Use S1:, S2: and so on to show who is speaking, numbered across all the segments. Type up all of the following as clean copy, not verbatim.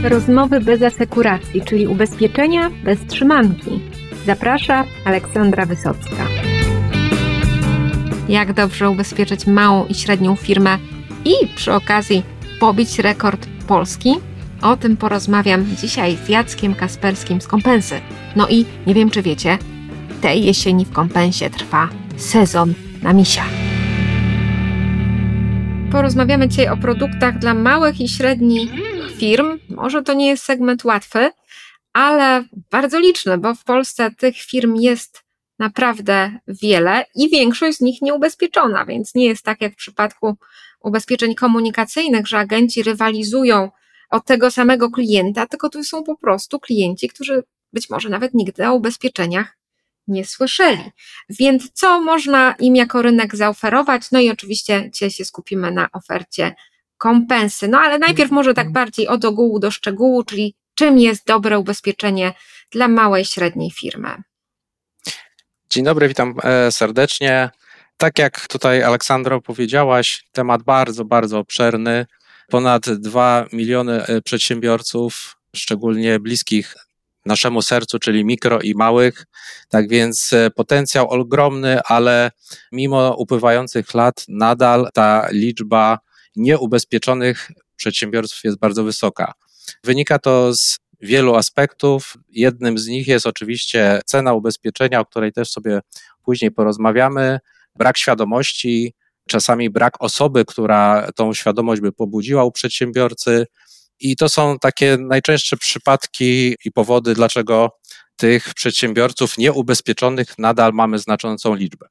S1: Rozmowy bez asekuracji, czyli ubezpieczenia bez trzymanki. Zaprasza Aleksandra Wysocka. Jak dobrze ubezpieczyć małą i średnią firmę i przy okazji pobić rekord Polski? O tym porozmawiam dzisiaj z Jackiem Kasperskim z Compensy. No i nie wiem, czy wiecie, tej jesieni w Compensie trwa sezon na misia. Porozmawiamy dzisiaj o produktach dla małych i średnich firm. Może to nie jest segment łatwy, ale bardzo liczny, bo w Polsce tych firm jest naprawdę wiele i większość z nich nieubezpieczona, więc nie jest tak jak w przypadku ubezpieczeń komunikacyjnych, że agenci rywalizują o tego samego klienta, tylko tu są po prostu klienci, którzy być może nawet nigdy o ubezpieczeniach nie słyszeli. Więc co można im jako rynek zaoferować? No i oczywiście dzisiaj się skupimy na ofercie Compensy. No ale najpierw może tak bardziej od ogółu do szczegółu, czyli czym jest dobre ubezpieczenie dla małej, średniej firmy.
S2: Dzień dobry, witam serdecznie. Tak jak tutaj Aleksandro powiedziałaś, temat bardzo, bardzo obszerny. Ponad 2 miliony przedsiębiorców, szczególnie bliskich naszemu sercu, czyli mikro i małych. Tak więc potencjał ogromny, ale mimo upływających lat nadal ta liczba nieubezpieczonych przedsiębiorców jest bardzo wysoka. Wynika to z wielu aspektów. Jednym z nich jest oczywiście cena ubezpieczenia, o której też sobie później porozmawiamy, brak świadomości, czasami brak osoby, która tą świadomość by pobudziła u przedsiębiorcy. I to są takie najczęstsze przypadki i powody, dlaczego tych przedsiębiorców nieubezpieczonych nadal mamy znaczącą liczbę.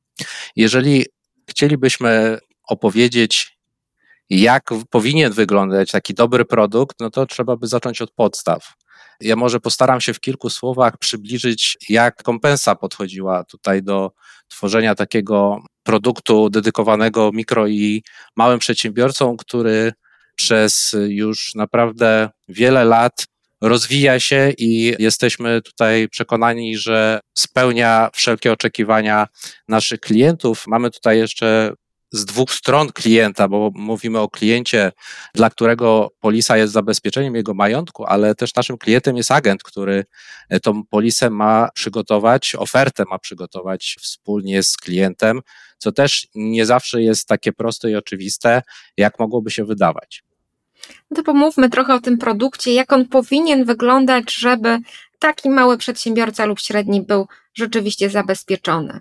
S2: Jeżeli chcielibyśmy opowiedzieć, jak powinien wyglądać taki dobry produkt, no to trzeba by zacząć od podstaw. Ja może postaram się w kilku słowach przybliżyć, jak Compensa podchodziła tutaj do tworzenia takiego produktu dedykowanego mikro i małym przedsiębiorcom, który przez już naprawdę wiele lat rozwija się i jesteśmy tutaj przekonani, że spełnia wszelkie oczekiwania naszych klientów. Mamy tutaj jeszcze z dwóch stron klienta, bo mówimy o kliencie, dla którego polisa jest zabezpieczeniem jego majątku, ale też naszym klientem jest agent, który tą polisę ma przygotować, ofertę ma przygotować wspólnie z klientem, co też nie zawsze jest takie proste i oczywiste, jak mogłoby się wydawać.
S1: No to pomówmy trochę o tym produkcie, jak on powinien wyglądać, żeby taki mały przedsiębiorca lub średni był rzeczywiście zabezpieczony.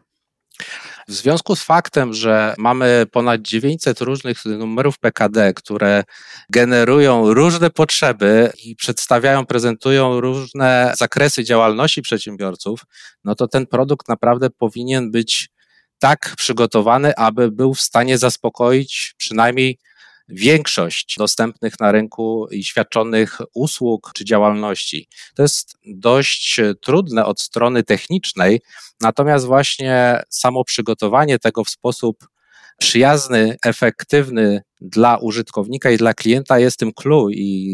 S2: W związku z faktem, że mamy ponad 900 różnych numerów PKD, które generują różne potrzeby i przedstawiają, prezentują różne zakresy działalności przedsiębiorców, no to ten produkt naprawdę powinien być tak przygotowany, aby był w stanie zaspokoić przynajmniej większość dostępnych na rynku i świadczonych usług czy działalności. To jest dość trudne od strony technicznej, natomiast właśnie samo przygotowanie tego w sposób przyjazny, efektywny dla użytkownika i dla klienta jest tym clue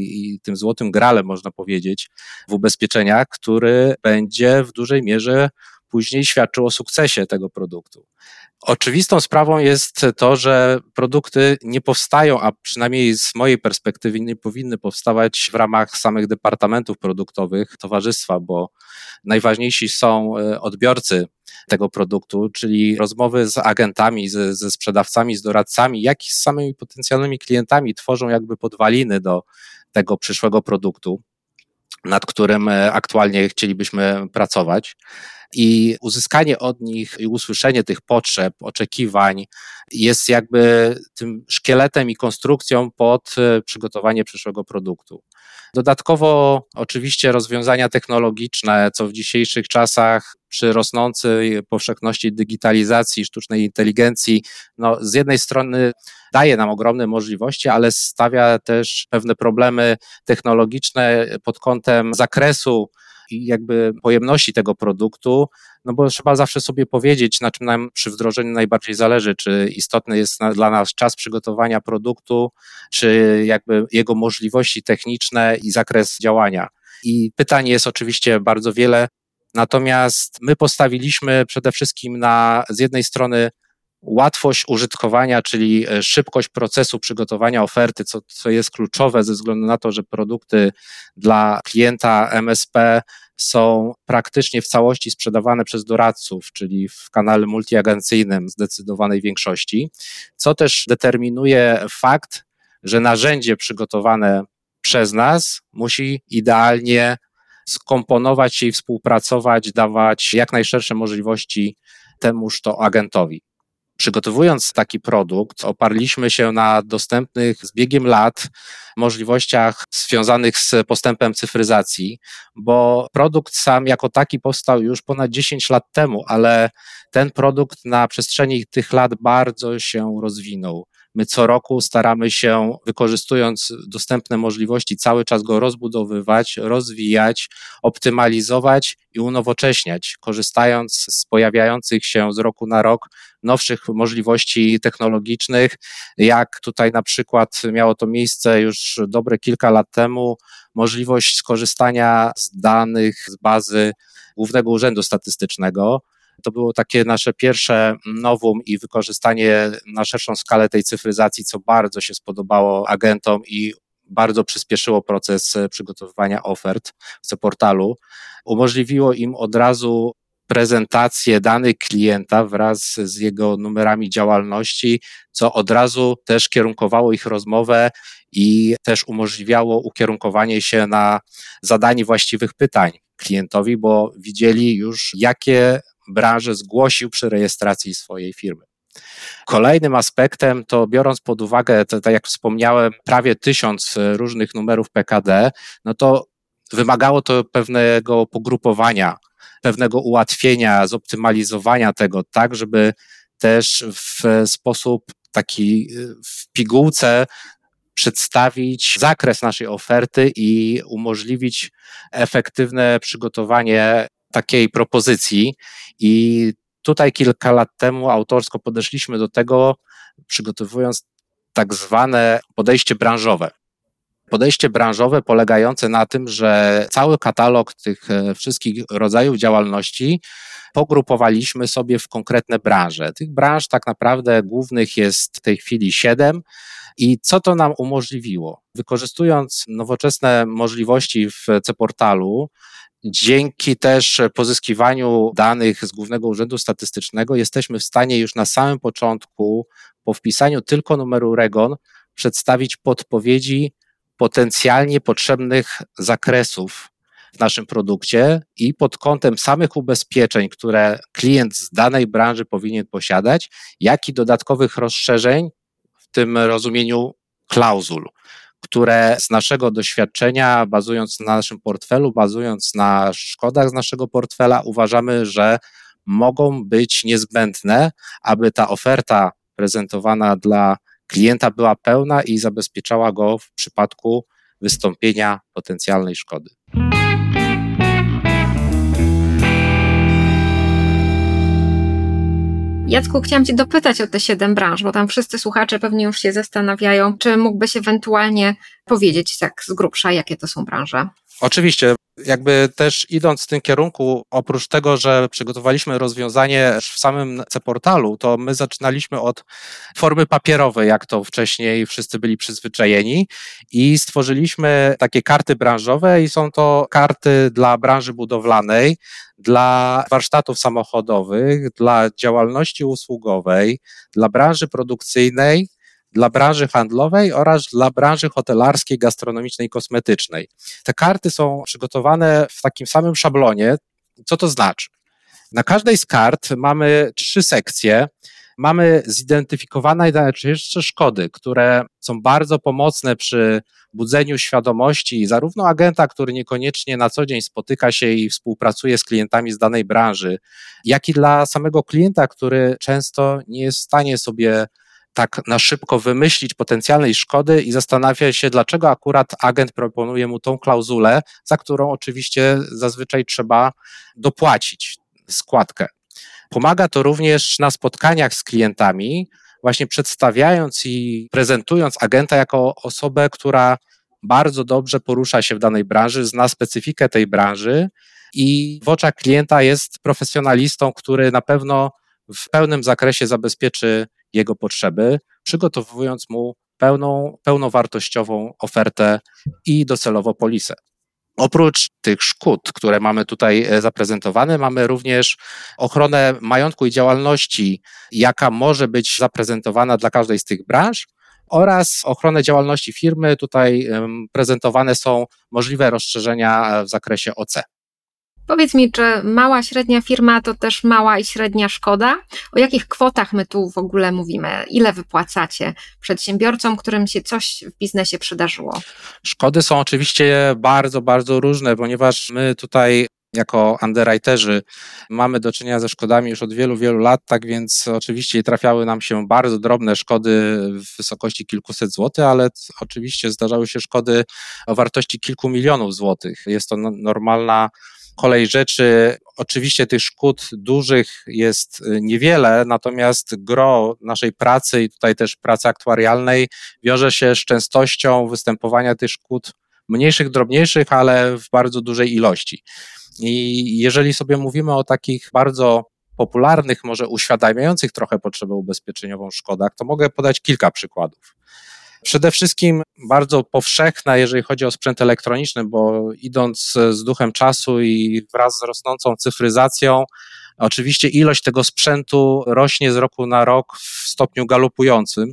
S2: i tym złotym gralem, można powiedzieć, w ubezpieczeniach, który będzie w dużej mierze później świadczył o sukcesie tego produktu. Oczywistą sprawą jest to, że produkty nie powstają, a przynajmniej z mojej perspektywy nie powinny powstawać w ramach samych departamentów produktowych towarzystwa, bo najważniejsi są odbiorcy tego produktu, czyli rozmowy z agentami, ze sprzedawcami, z doradcami, jak i z samymi potencjalnymi klientami tworzą jakby podwaliny do tego przyszłego produktu, nad którym aktualnie chcielibyśmy pracować. I uzyskanie od nich i usłyszenie tych potrzeb, oczekiwań jest jakby tym szkieletem i konstrukcją pod przygotowanie przyszłego produktu. Dodatkowo oczywiście rozwiązania technologiczne, co w dzisiejszych czasach przy rosnącej powszechności digitalizacji, sztucznej inteligencji, no z jednej strony daje nam ogromne możliwości, ale stawia też pewne problemy technologiczne pod kątem zakresu i jakby pojemności tego produktu, no bo trzeba zawsze sobie powiedzieć, na czym nam przy wdrożeniu najbardziej zależy, czy istotny jest dla nas czas przygotowania produktu, czy jakby jego możliwości techniczne i zakres działania. I pytań jest oczywiście bardzo wiele, natomiast my postawiliśmy przede wszystkim na z jednej strony łatwość użytkowania, czyli szybkość procesu przygotowania oferty, co jest kluczowe ze względu na to, że produkty dla klienta MSP są praktycznie w całości sprzedawane przez doradców, czyli w kanale multiagencyjnym zdecydowanej większości, co też determinuje fakt, że narzędzie przygotowane przez nas musi idealnie skomponować się i współpracować, dawać jak najszersze możliwości temuż to agentowi. Przygotowując taki produkt, oparliśmy się na dostępnych z biegiem lat możliwościach związanych z postępem cyfryzacji, bo produkt sam jako taki powstał już ponad 10 lat temu, ale ten produkt na przestrzeni tych lat bardzo się rozwinął. My co roku staramy się, wykorzystując dostępne możliwości, cały czas go rozbudowywać, rozwijać, optymalizować i unowocześniać, korzystając z pojawiających się z roku na rok nowszych możliwości technologicznych, jak tutaj na przykład miało to miejsce już dobre kilka lat temu, możliwość skorzystania z danych z bazy Głównego Urzędu Statystycznego. To było takie nasze pierwsze novum i wykorzystanie na szerszą skalę tej cyfryzacji, co bardzo się spodobało agentom i bardzo przyspieszyło proces przygotowywania ofert w portalu. Umożliwiło im od razu prezentację danych klienta wraz z jego numerami działalności, co od razu też kierunkowało ich rozmowę i też umożliwiało ukierunkowanie się na zadanie właściwych pytań klientowi, bo widzieli już, jakie branże zgłosił przy rejestracji swojej firmy. Kolejnym aspektem to, biorąc pod uwagę, tak jak wspomniałem, prawie 1000 różnych numerów PKD, no to wymagało to pewnego pogrupowania, pewnego ułatwienia, zoptymalizowania tego tak, żeby też w sposób taki w pigułce przedstawić zakres naszej oferty i umożliwić efektywne przygotowanie takiej propozycji. I tutaj kilka lat temu autorsko podeszliśmy do tego, przygotowując tak zwane podejście branżowe. Podejście branżowe polegające na tym, że cały katalog tych wszystkich rodzajów działalności pogrupowaliśmy sobie w konkretne branże. Tych branż tak naprawdę głównych jest w tej chwili 7. I co to nam umożliwiło? Wykorzystując nowoczesne możliwości w C-Portalu, dzięki też pozyskiwaniu danych z Głównego Urzędu Statystycznego jesteśmy w stanie już na samym początku, po wpisaniu tylko numeru REGON, przedstawić podpowiedzi potencjalnie potrzebnych zakresów w naszym produkcie i pod kątem samych ubezpieczeń, które klient z danej branży powinien posiadać, jak i dodatkowych rozszerzeń, w tym rozumieniu klauzul, które z naszego doświadczenia, bazując na naszym portfelu, bazując na szkodach z naszego portfela, uważamy, że mogą być niezbędne, aby ta oferta prezentowana dla klienta była pełna i zabezpieczała go w przypadku wystąpienia potencjalnej szkody.
S1: Jacku, chciałam Cię dopytać o te 7 branż, bo tam wszyscy słuchacze pewnie już się zastanawiają, czy mógłbyś ewentualnie powiedzieć tak z grubsza, jakie to są branże?
S2: Oczywiście, jakby też idąc w tym kierunku, oprócz tego, że przygotowaliśmy rozwiązanie w samym C-Portalu, to my zaczynaliśmy od formy papierowej, jak to wcześniej wszyscy byli przyzwyczajeni, i stworzyliśmy takie karty branżowe i są to karty dla branży budowlanej, dla warsztatów samochodowych, dla działalności usługowej, dla branży produkcyjnej, dla branży handlowej oraz dla branży hotelarskiej, gastronomicznej i kosmetycznej. Te karty są przygotowane w takim samym szablonie. Co to znaczy? Na każdej z kart mamy 3 sekcje. Mamy zidentyfikowane najczęstsze szkody, które są bardzo pomocne przy budzeniu świadomości zarówno agenta, który niekoniecznie na co dzień spotyka się i współpracuje z klientami z danej branży, jak i dla samego klienta, który często nie jest w stanie sobie tak na szybko wymyślić potencjalnej szkody i zastanawia się, dlaczego akurat agent proponuje mu tą klauzulę, za którą oczywiście zazwyczaj trzeba dopłacić składkę. Pomaga to również na spotkaniach z klientami, właśnie przedstawiając i prezentując agenta jako osobę, która bardzo dobrze porusza się w danej branży, zna specyfikę tej branży i w oczach klienta jest profesjonalistą, który na pewno w pełnym zakresie zabezpieczy jego potrzeby, przygotowując mu pełnowartościową ofertę i docelowo polisę. Oprócz tych szkód, które mamy tutaj zaprezentowane, mamy również ochronę majątku i działalności, jaka może być zaprezentowana dla każdej z tych branż, oraz ochronę działalności firmy. Tutaj prezentowane są możliwe rozszerzenia w zakresie OC.
S1: Powiedz mi, czy mała, średnia firma to też mała i średnia szkoda? O jakich kwotach my tu w ogóle mówimy? Ile wypłacacie przedsiębiorcom, którym się coś w biznesie przydarzyło?
S2: Szkody są oczywiście bardzo, bardzo różne, ponieważ my tutaj jako underwriterzy mamy do czynienia ze szkodami już od wielu, wielu lat, tak więc oczywiście trafiały nam się bardzo drobne szkody w wysokości kilkuset złotych, ale oczywiście zdarzały się szkody o wartości kilku milionów złotych. Jest to normalna kolej rzeczy. Oczywiście tych szkód dużych jest niewiele, natomiast gro naszej pracy i tutaj też pracy aktuarialnej wiąże się z częstością występowania tych szkód mniejszych, drobniejszych, ale w bardzo dużej ilości. I jeżeli sobie mówimy o takich bardzo popularnych, może uświadamiających trochę potrzebę ubezpieczeniową szkodach, to mogę podać kilka przykładów. Przede wszystkim bardzo powszechna, jeżeli chodzi o sprzęt elektroniczny, bo idąc z duchem czasu i wraz z rosnącą cyfryzacją, oczywiście ilość tego sprzętu rośnie z roku na rok w stopniu galopującym.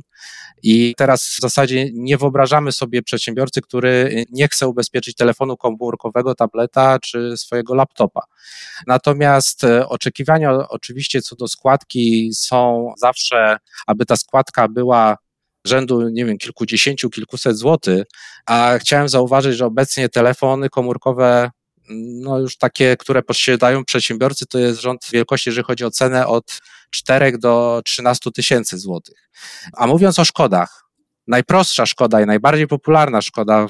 S2: I teraz w zasadzie nie wyobrażamy sobie przedsiębiorcy, który nie chce ubezpieczyć telefonu komórkowego, tableta czy swojego laptopa. Natomiast oczekiwania oczywiście co do składki są zawsze, aby ta składka była rzędu, nie wiem, kilkudziesięciu, kilkuset złotych, a chciałem zauważyć, że obecnie telefony komórkowe, no już takie, które posiadają przedsiębiorcy, to jest rząd wielkości, jeżeli chodzi o cenę od 4 do 13 tysięcy złotych. A mówiąc o szkodach, najprostsza szkoda i najbardziej popularna szkoda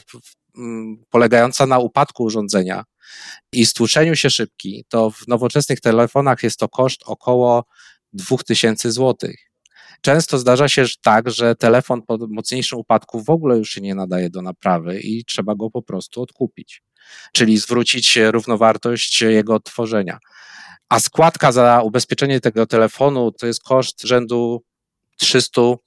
S2: polegająca na upadku urządzenia i stłuczeniu się szybki, to w nowoczesnych telefonach jest to koszt około 2000 złotych. Często zdarza się tak, że telefon po mocniejszym upadku w ogóle już się nie nadaje do naprawy i trzeba go po prostu odkupić, czyli zwrócić równowartość jego odtworzenia. A składka za ubezpieczenie tego telefonu to jest koszt rzędu 300-400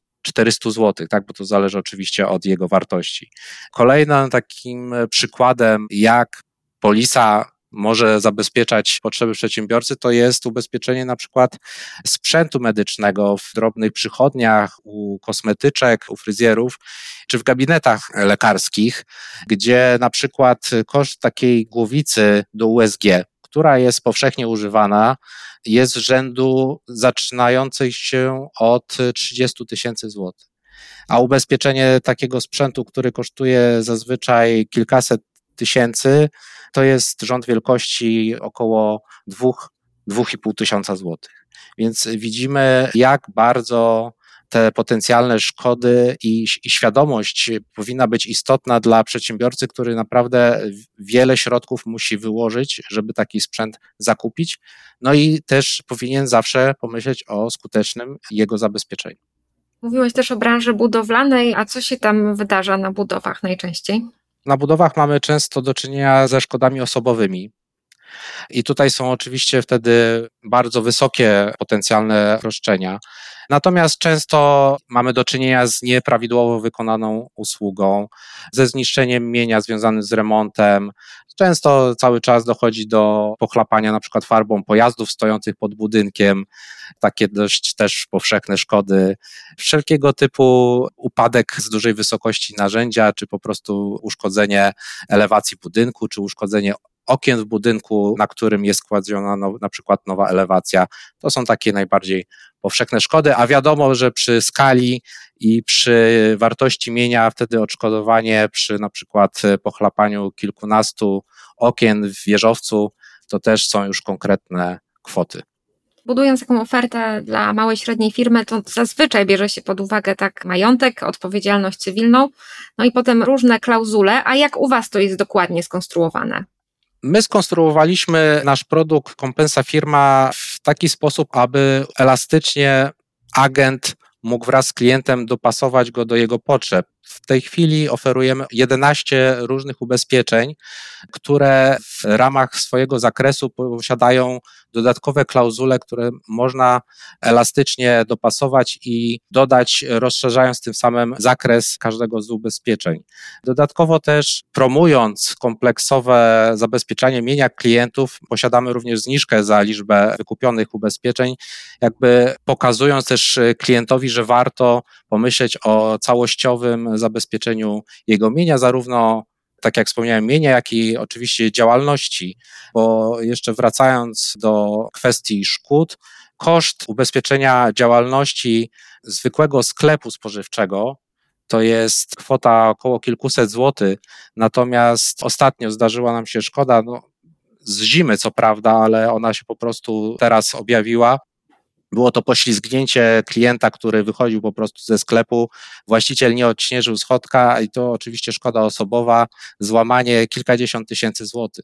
S2: zł, tak, bo to zależy oczywiście od jego wartości. Kolejnym takim przykładem, jak polisa może zabezpieczać potrzeby przedsiębiorcy, to jest ubezpieczenie na przykład sprzętu medycznego w drobnych przychodniach, u kosmetyczek, u fryzjerów, czy w gabinetach lekarskich, gdzie na przykład koszt takiej głowicy do USG, która jest powszechnie używana, jest rzędu zaczynających się od 30 tysięcy złotych. A ubezpieczenie takiego sprzętu, który kosztuje zazwyczaj kilkaset tysięcy, to jest rząd wielkości około 2,5 tysiąca złotych. Więc widzimy, jak bardzo te potencjalne szkody i świadomość powinna być istotna dla przedsiębiorcy, który naprawdę wiele środków musi wyłożyć, żeby taki sprzęt zakupić. No i też powinien zawsze pomyśleć o skutecznym jego zabezpieczeniu.
S1: Mówiłeś też o branży budowlanej, a co się tam wydarza na budowach najczęściej?
S2: Na budowach mamy często do czynienia ze szkodami osobowymi. I tutaj są oczywiście wtedy bardzo wysokie potencjalne roszczenia. Natomiast często mamy do czynienia z nieprawidłowo wykonaną usługą, ze zniszczeniem mienia związanym z remontem. Często cały czas dochodzi do pochlapania na przykład farbą pojazdów stojących pod budynkiem, takie dość też powszechne szkody. Wszelkiego typu upadek z dużej wysokości narzędzia, czy po prostu uszkodzenie elewacji budynku, czy uszkodzenie okien w budynku, na którym jest kładziona na przykład nowa elewacja. To są takie najbardziej powszechne szkody, a wiadomo, że przy skali i przy wartości mienia wtedy odszkodowanie przy na przykład pochlapaniu kilkunastu okien w wieżowcu to też są już konkretne kwoty.
S1: Budując taką ofertę dla małej, średniej firmy, to zazwyczaj bierze się pod uwagę tak majątek, odpowiedzialność cywilną, no i potem różne klauzule. A jak u Was to jest dokładnie skonstruowane?
S2: My skonstruowaliśmy nasz produkt Compensa Firma w taki sposób, aby elastycznie agent mógł wraz z klientem dopasować go do jego potrzeb. W tej chwili oferujemy 11 różnych ubezpieczeń, które w ramach swojego zakresu posiadają dodatkowe klauzule, które można elastycznie dopasować i dodać, rozszerzając tym samym zakres każdego z ubezpieczeń. Dodatkowo też promując kompleksowe zabezpieczanie mienia klientów, posiadamy również zniżkę za liczbę wykupionych ubezpieczeń, jakby pokazując też klientowi, że warto pomyśleć o całościowym zabezpieczeniu jego mienia, zarówno tak jak wspomniałem, mienia, jak i oczywiście działalności, bo jeszcze wracając do kwestii szkód, koszt ubezpieczenia działalności zwykłego sklepu spożywczego to jest kwota około kilkuset złotych, natomiast ostatnio zdarzyła nam się szkoda, z zimy co prawda, ale ona się po prostu teraz objawiła. Było to poślizgnięcie klienta, który wychodził po prostu ze sklepu. Właściciel nie odśnieżył schodka i to oczywiście szkoda osobowa, złamanie kilkadziesiąt tysięcy złotych.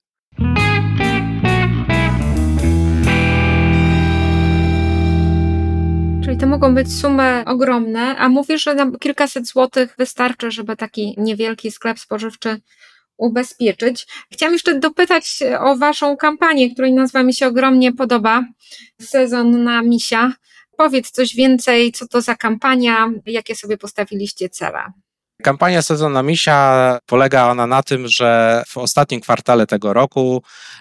S1: Czyli to mogą być sumy ogromne, a mówisz, że na kilkaset złotych wystarczy, żeby taki niewielki sklep spożywczy ubezpieczyć. Chciałam jeszcze dopytać o waszą kampanię, której nazwa mi się ogromnie podoba. Sezon na misia. Powiedz coś więcej, co to za kampania, jakie sobie postawiliście cele.
S2: Kampania Sezon na misia polega ona na tym, że w ostatnim kwartale tego roku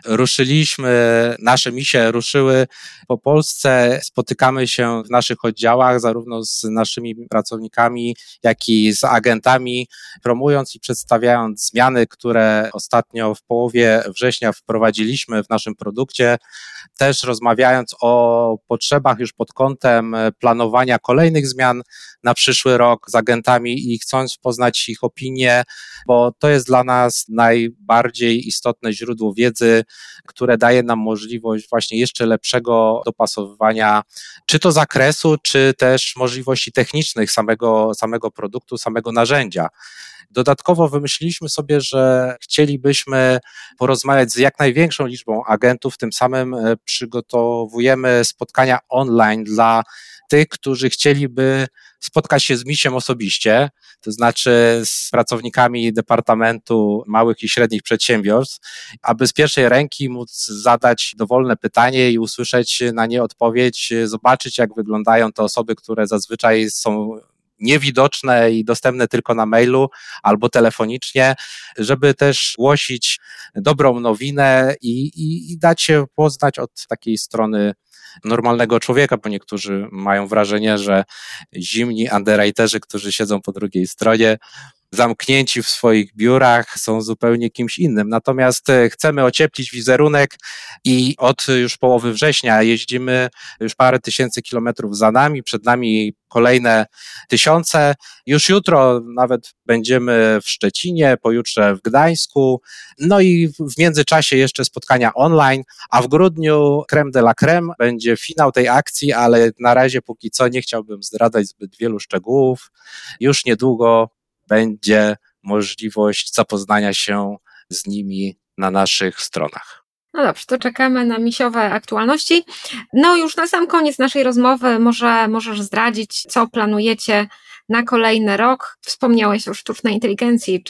S2: nasze misie ruszyły po Polsce, spotykamy się w naszych oddziałach, zarówno z naszymi pracownikami, jak i z agentami, promując i przedstawiając zmiany, które ostatnio w połowie września wprowadziliśmy w naszym produkcie, też rozmawiając o potrzebach już pod kątem planowania kolejnych zmian na przyszły rok z agentami i chcąc poznać ich opinie, bo to jest dla nas najbardziej istotne źródło wiedzy, które daje nam możliwość właśnie jeszcze lepszego dopasowywania czy to zakresu, czy też możliwości technicznych samego produktu, samego narzędzia. Dodatkowo wymyśliliśmy sobie, że chcielibyśmy porozmawiać z jak największą liczbą agentów, tym samym przygotowujemy spotkania online dla tych, którzy chcieliby spotkać się z misiem osobiście, to znaczy z pracownikami Departamentu Małych i Średnich Przedsiębiorstw, aby z pierwszej ręki móc zadać dowolne pytanie i usłyszeć na nie odpowiedź, zobaczyć, jak wyglądają te osoby, które zazwyczaj są niewidoczne i dostępne tylko na mailu albo telefonicznie, żeby też głosić dobrą nowinę i dać się poznać od takiej strony normalnego człowieka, bo niektórzy mają wrażenie, że zimni underwriterzy, którzy siedzą po drugiej stronie, zamknięci w swoich biurach, są zupełnie kimś innym. Natomiast chcemy ocieplić wizerunek i od już połowy września jeździmy już parę tysięcy kilometrów za nami, przed nami kolejne tysiące. Już jutro nawet będziemy w Szczecinie, pojutrze w Gdańsku, no i w międzyczasie jeszcze spotkania online, a w grudniu crème de la crème, będzie finał tej akcji, ale na razie póki co nie chciałbym zdradzać zbyt wielu szczegółów. Już niedługo będzie możliwość zapoznania się z nimi na naszych stronach.
S1: No dobrze, to czekamy na misiowe aktualności. No już na sam koniec naszej rozmowy możesz zdradzić, co planujecie na kolejny rok. Wspomniałeś o sztucznej inteligencji,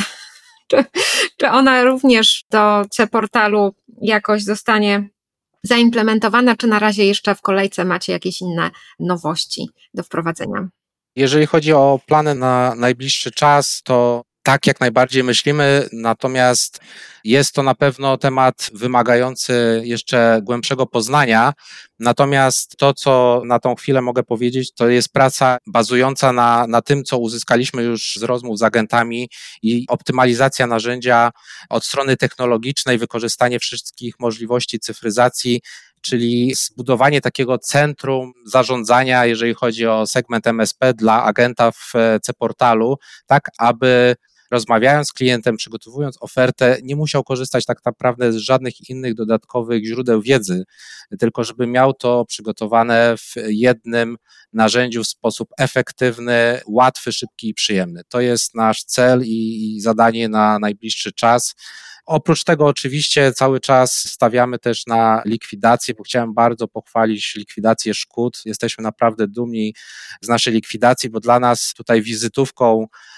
S1: czy ona również do C-portalu jakoś zostanie zaimplementowana, czy na razie jeszcze w kolejce macie jakieś inne nowości do wprowadzenia?
S2: Jeżeli chodzi o plany na najbliższy czas, to tak, jak najbardziej myślimy, natomiast jest to na pewno temat wymagający jeszcze głębszego poznania. Natomiast to, co na tą chwilę mogę powiedzieć, to jest praca bazująca na tym, co uzyskaliśmy już z rozmów z agentami i optymalizacja narzędzia od strony technologicznej, wykorzystanie wszystkich możliwości cyfryzacji, czyli zbudowanie takiego centrum zarządzania, jeżeli chodzi o segment MSP dla agenta w C-portalu, tak aby rozmawiając z klientem, przygotowując ofertę, nie musiał korzystać tak naprawdę z żadnych innych dodatkowych źródeł wiedzy, tylko żeby miał to przygotowane w jednym narzędziu w sposób efektywny, łatwy, szybki i przyjemny. To jest nasz cel i zadanie na najbliższy czas. Oprócz tego oczywiście cały czas stawiamy też na likwidację, bo chciałem bardzo pochwalić likwidację szkód. Jesteśmy naprawdę dumni z naszej likwidacji, bo dla nas tutaj wizytówką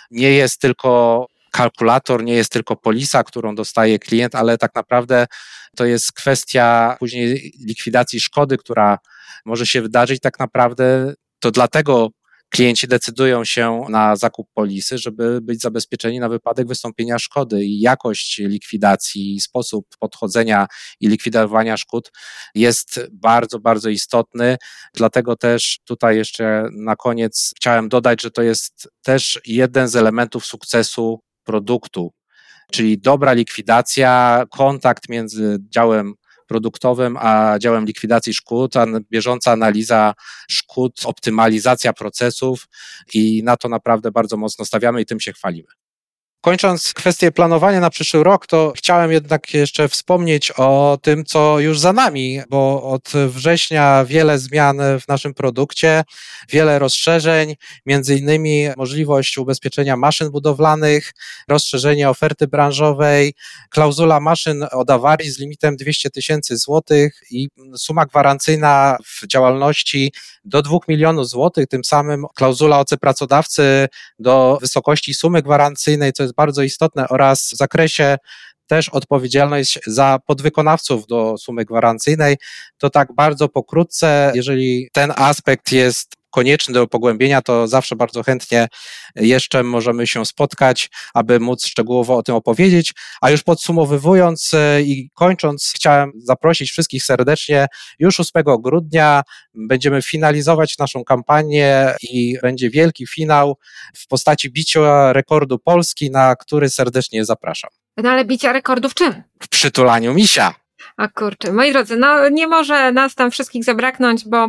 S2: nie jest tylko kalkulator, nie jest tylko polisa, którą dostaje klient, ale tak naprawdę to jest kwestia później likwidacji szkody, która może się wydarzyć. Tak naprawdę to dlatego klienci decydują się na zakup polisy, żeby być zabezpieczeni na wypadek wystąpienia szkody, i jakość likwidacji, sposób podchodzenia i likwidowania szkód jest bardzo, bardzo istotny. Dlatego też tutaj jeszcze na koniec chciałem dodać, że to jest też jeden z elementów sukcesu produktu, czyli dobra likwidacja, kontakt między działem produktowym a działem likwidacji szkód, bieżąca analiza szkód, optymalizacja procesów, i na to naprawdę bardzo mocno stawiamy i tym się chwalimy. Kończąc kwestię planowania na przyszły rok, to chciałem jednak jeszcze wspomnieć o tym, co już za nami, bo od września wiele zmian w naszym produkcie, wiele rozszerzeń, między innymi możliwość ubezpieczenia maszyn budowlanych, rozszerzenie oferty branżowej, klauzula maszyn od awarii z limitem 200 000 złotych i suma gwarancyjna w działalności do 2 milionów złotych, tym samym klauzula OC pracodawcy do wysokości sumy gwarancyjnej, co jest bardzo istotne, oraz w zakresie też odpowiedzialność za podwykonawców do sumy gwarancyjnej. To tak bardzo pokrótce, jeżeli ten aspekt jest konieczny do pogłębienia, to zawsze bardzo chętnie jeszcze możemy się spotkać, aby móc szczegółowo o tym opowiedzieć. A już podsumowując i kończąc, chciałem zaprosić wszystkich serdecznie. Już 8 grudnia będziemy finalizować naszą kampanię i będzie wielki finał w postaci bicia rekordu Polski, na który serdecznie zapraszam.
S1: No ale bicia rekordu w czym?
S2: W przytulaniu misia.
S1: A kurczę, moi drodzy, no nie może nas tam wszystkich zabraknąć, bo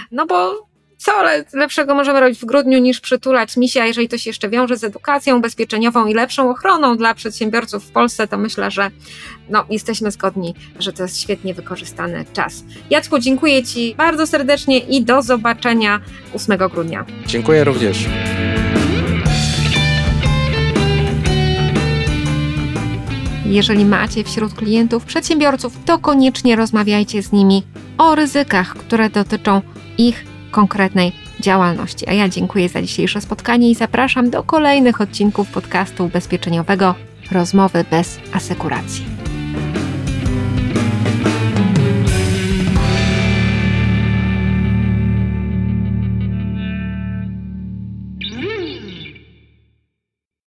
S1: co lepszego możemy robić w grudniu niż przytulać misia, jeżeli to się jeszcze wiąże z edukacją ubezpieczeniową i lepszą ochroną dla przedsiębiorców w Polsce, to myślę, że jesteśmy zgodni, że to jest świetnie wykorzystany czas. Jacku, dziękuję Ci bardzo serdecznie i do zobaczenia 8 grudnia.
S2: Dziękuję również.
S1: Jeżeli macie wśród klientów przedsiębiorców, to koniecznie rozmawiajcie z nimi o ryzykach, które dotyczą ich konkretnej działalności. A ja dziękuję za dzisiejsze spotkanie i zapraszam do kolejnych odcinków podcastu ubezpieczeniowego Rozmowy bez asekuracji.